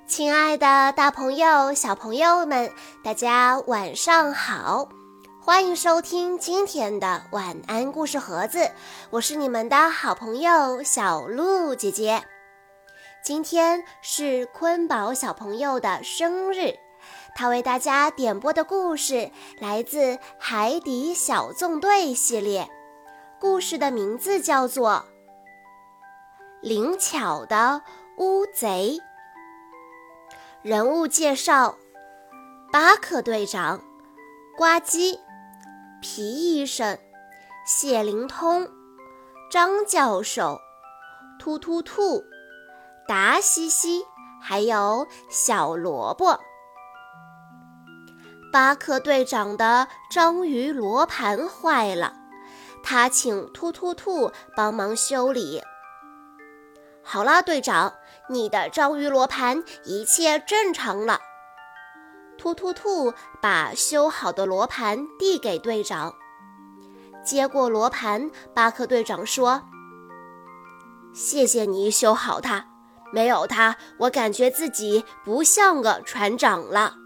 亲爱的大朋友、小朋友们，大家晚上好！欢迎收听今天的晚安故事盒子，我是你们的好朋友小鹿姐姐。今天是坤宝小朋友的生日，他为大家点播的故事来自《海底小纵队》系列，故事的名字叫做《灵巧的乌贼》。人物介绍：巴克队长、呱唧、皮医生、谢灵通、张教授、突突兔、达西西，还有小萝卜。巴克队长的章鱼罗盘坏了，他请突突兔帮忙修理。好啦，队长，你的章鱼罗盘一切正常了。突突兔把修好的罗盘递给队长。接过罗盘，巴克队长说：谢谢你修好它，没有它，我感觉自己不像个船长了。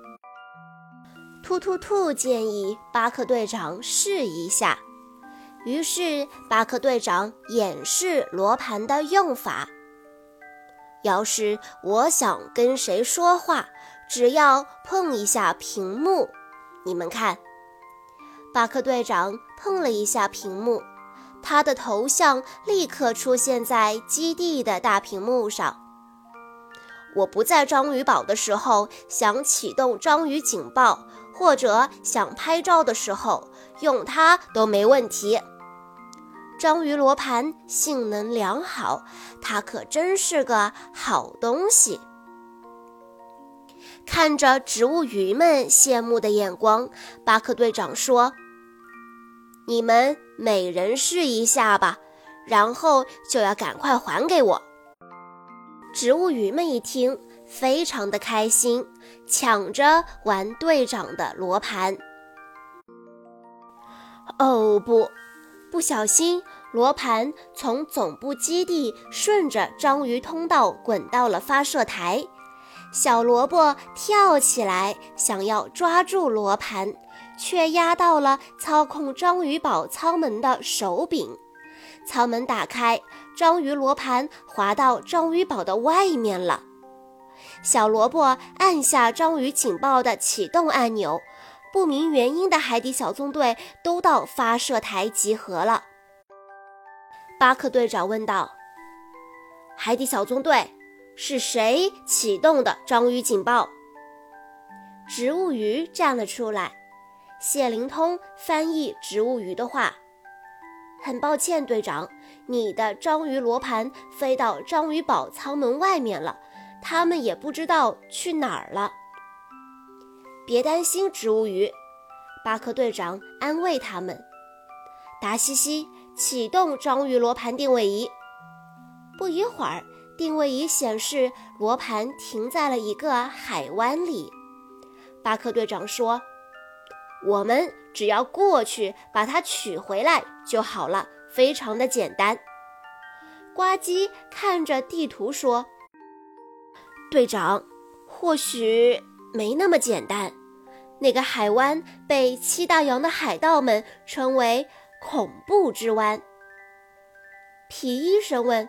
突突兔建议巴克队长试一下，于是巴克队长演示罗盘的用法。要是我想跟谁说话，只要碰一下屏幕，你们看，巴克队长碰了一下屏幕，他的头像立刻出现在基地的大屏幕上。我不在章鱼堡的时候，想启动章鱼警报，或者想拍照的时候，用它都没问题。章鱼罗盘性能良好，它可真是个好东西。看着植物鱼们羡慕的眼光，巴克队长说：你们每人试一下吧，然后就要赶快还给我。植物鱼们一听，非常的开心，抢着玩队长的罗盘。哦不小心，罗盘从总部基地顺着章鱼通道滚到了发射台。小萝卜跳起来想要抓住罗盘，却压到了操控章鱼堡舱门的手柄。舱门打开，章鱼罗盘滑到章鱼堡的外面了。小萝卜按下章鱼警报的启动按钮，不明原因的海底小纵队都到发射台集合了。巴克队长问道：海底小纵队，是谁启动的章鱼警报？植物鱼站了出来，谢灵通翻译植物鱼的话：很抱歉，队长，你的章鱼罗盘飞到章鱼堡舱门外面了，他们也不知道去哪儿了。别担心，植物鱼，巴克队长安慰他们。达西西，启动章鱼罗盘定位仪。不一会儿，定位仪显示罗盘停在了一个海湾里。巴克队长说：我们只要过去把它取回来就好了，非常的简单。呱唧看着地图说：队长，或许没那么简单。那个海湾被七大洋的海盗们称为恐怖之湾。皮医生问：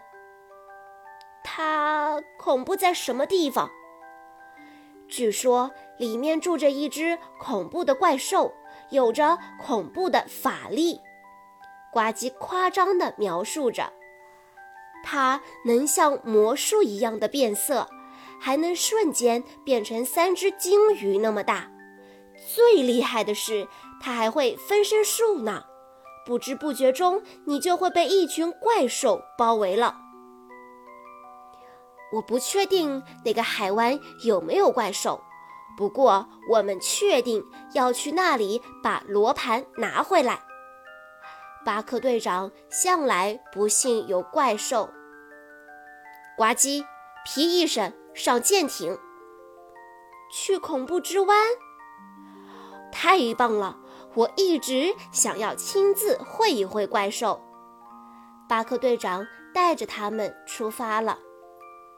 它恐怖在什么地方？据说里面住着一只恐怖的怪兽，有着恐怖的法力。呱唧夸张地描述着，它能像魔术一样的变色，还能瞬间变成3只鲸鱼那么大。最厉害的是，它还会分身术呢，不知不觉中你就会被一群怪兽包围了。我不确定那个海湾有没有怪兽，不过我们确定要去那里把罗盘拿回来。巴克队长向来不信有怪兽。呱唧，皮医生，上舰艇。去恐怖之湾？太棒了，我一直想要亲自会一会怪兽。巴克队长带着他们出发了。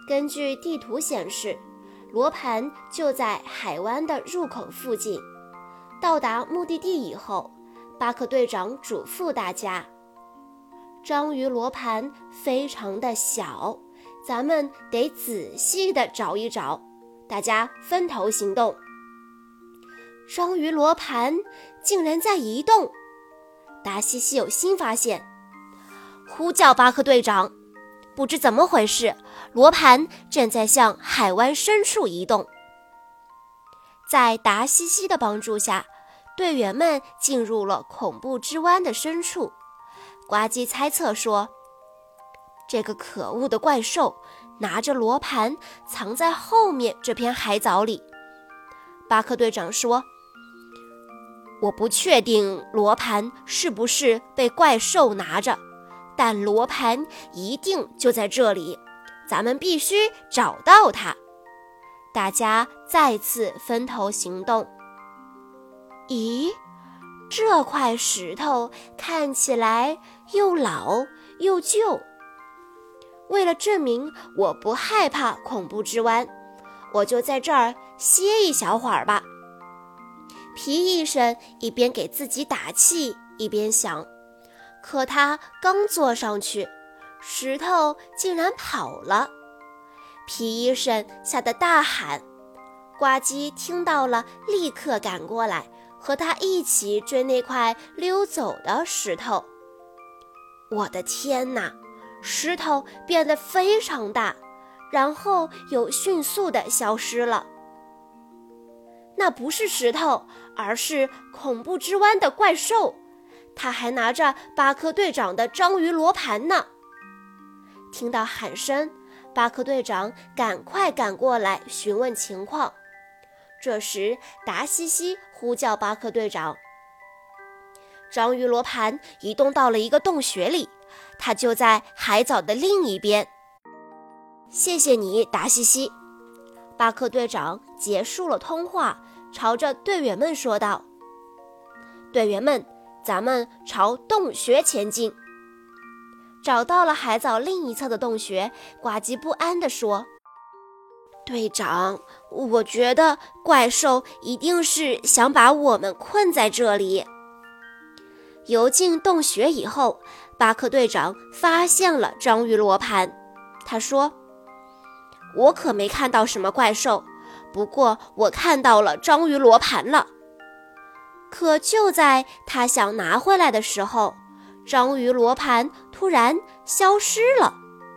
根据地图显示，罗盘就在海湾的入口附近。到达目的地以后，巴克队长嘱咐大家，章鱼罗盘非常的小，咱们得仔细的找一找，大家分头行动。章鱼罗盘竟然在移动，达西西有新发现，呼叫巴克队长。不知怎么回事，罗盘正在向海湾深处移动。在达西西的帮助下，队员们进入了恐怖之湾的深处。呱唧猜测说，这个可恶的怪兽拿着罗盘藏在后面这片海藻里。巴克队长说，我不确定罗盘是不是被怪兽拿着，但罗盘一定就在这里，咱们必须找到它。大家再次分头行动。咦，这块石头看起来又老又旧。为了证明我不害怕恐怖之湾，我就在这儿歇一小会儿吧。皮医生一边给自己打气，一边想，可他刚坐上去，石头竟然跑了。皮医生吓得大喊，呱唧听到了，立刻赶过来，和他一起追那块溜走的石头。我的天哪，石头变得非常大，然后又迅速地消失了。那不是石头，而是恐怖之湾的怪兽，他还拿着巴克队长的章鱼罗盘呢。听到喊声，巴克队长赶快赶过来询问情况。这时达西西呼叫巴克队长，章鱼罗盘移动到了一个洞穴里，它就在海藻的另一边。谢谢你，达西西。巴克队长结束了通话，朝着队员们说道，队员们，咱们朝洞穴前进。找到了海藻另一侧的洞穴，呱唧不安地说，队长，我觉得怪兽一定是想把我们困在这里。游进洞穴以后，巴克队长发现了章鱼罗盘。他说，我可没看到什么怪兽，不过我看到了章鱼罗盘了。可就在他想拿回来的时候，章鱼罗盘突然消失了。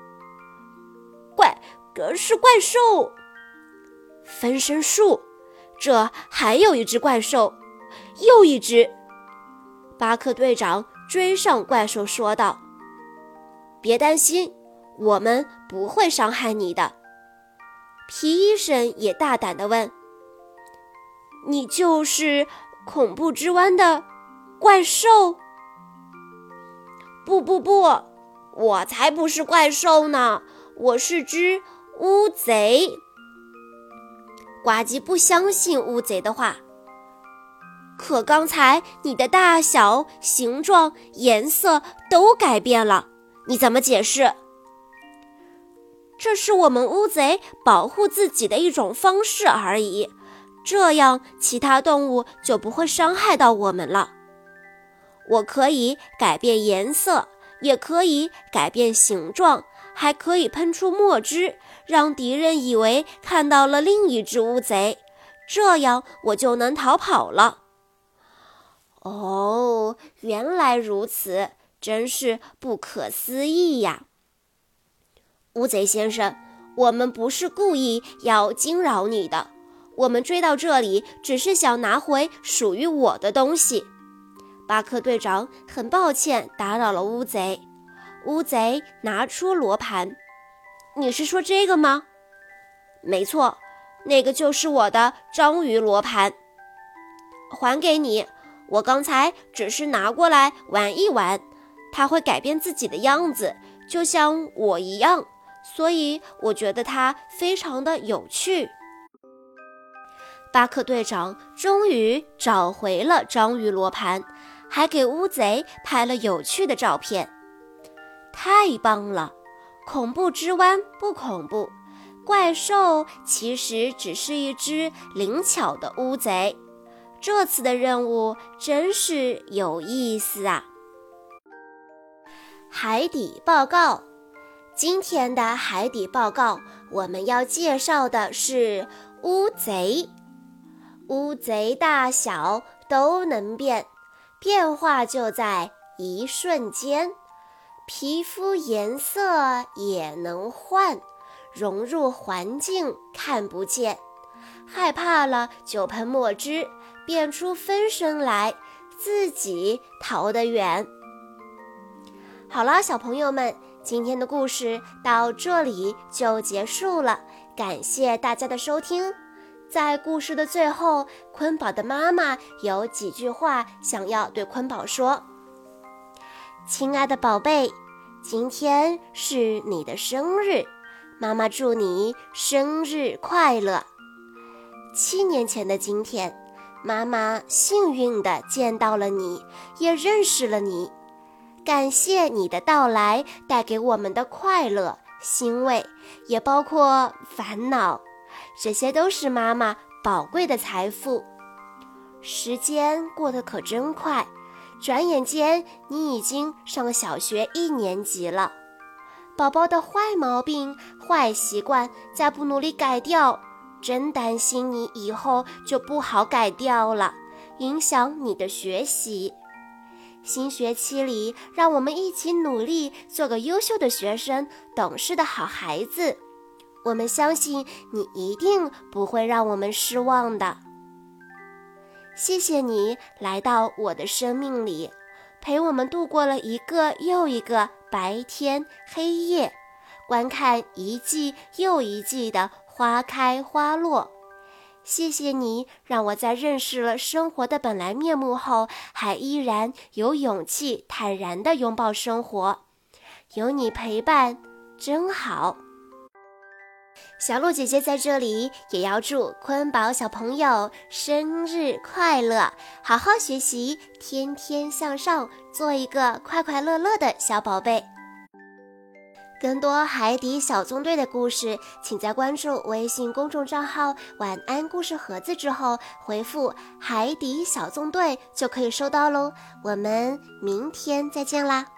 是怪兽！分身术，这还有一只怪兽，又一只。巴克队长追上怪兽说道，别担心，我们不会伤害你的。皮医生也大胆地问，你就是恐怖之湾的怪兽？不，我才不是怪兽呢，我是只乌贼。呱唧不相信乌贼的话，可刚才你的大小、形状、颜色都改变了，你怎么解释？这是我们乌贼保护自己的一种方式而已，这样其他动物就不会伤害到我们了。我可以改变颜色，也可以改变形状，还可以喷出墨汁，让敌人以为看到了另一只乌贼，这样我就能逃跑了。哦，原来如此，真是不可思议呀！乌贼先生，我们不是故意要惊扰你的，我们追到这里只是想拿回属于我的东西。巴克队长很抱歉打扰了乌贼。乌贼拿出罗盘，你是说这个吗？没错，那个就是我的章鱼罗盘。还给你，我刚才只是拿过来玩一玩，它会改变自己的样子，就像我一样，所以我觉得它非常的有趣。巴克队长终于找回了章鱼罗盘，还给乌贼拍了有趣的照片。太棒了，恐怖之湾不恐怖， 怪兽其实只是一只灵巧的乌贼。这次的任务真是有意思啊！海底报告，今天的海底报告，我们要介绍的是乌贼。乌贼大小都能变，变化就在一瞬间。皮肤颜色也能换，融入环境看不见。害怕了就喷墨汁，变出分身来，自己逃得远。好了，小朋友们，今天的故事到这里就结束了，感谢大家的收听。在故事的最后，坤宝的妈妈有几句话想要对坤宝说。亲爱的宝贝，今天是你的生日，妈妈祝你生日快乐。7年前的今天，妈妈幸运地见到了你，也认识了你。感谢你的到来带给我们的快乐、欣慰，也包括烦恼，这些都是妈妈宝贵的财富。时间过得可真快，转眼间你已经上小学1年级了。宝宝的坏毛病、坏习惯再不努力改掉，真担心你以后就不好改掉了，影响你的学习。新学期里，让我们一起努力，做个优秀的学生，懂事的好孩子。我们相信你一定不会让我们失望的。谢谢你来到我的生命里，陪我们度过了一个又一个白天黑夜，观看一季又一季的花开花落。谢谢你让我在认识了生活的本来面目后，还依然有勇气坦然地拥抱生活。有你陪伴真好。小鹿姐姐在这里也要祝坤宝小朋友生日快乐，好好学习，天天向上，做一个快快乐乐的小宝贝。更多海底小纵队的故事，请在关注微信公众账号晚安故事盒子之后回复海底小纵队就可以收到咯。我们明天再见啦。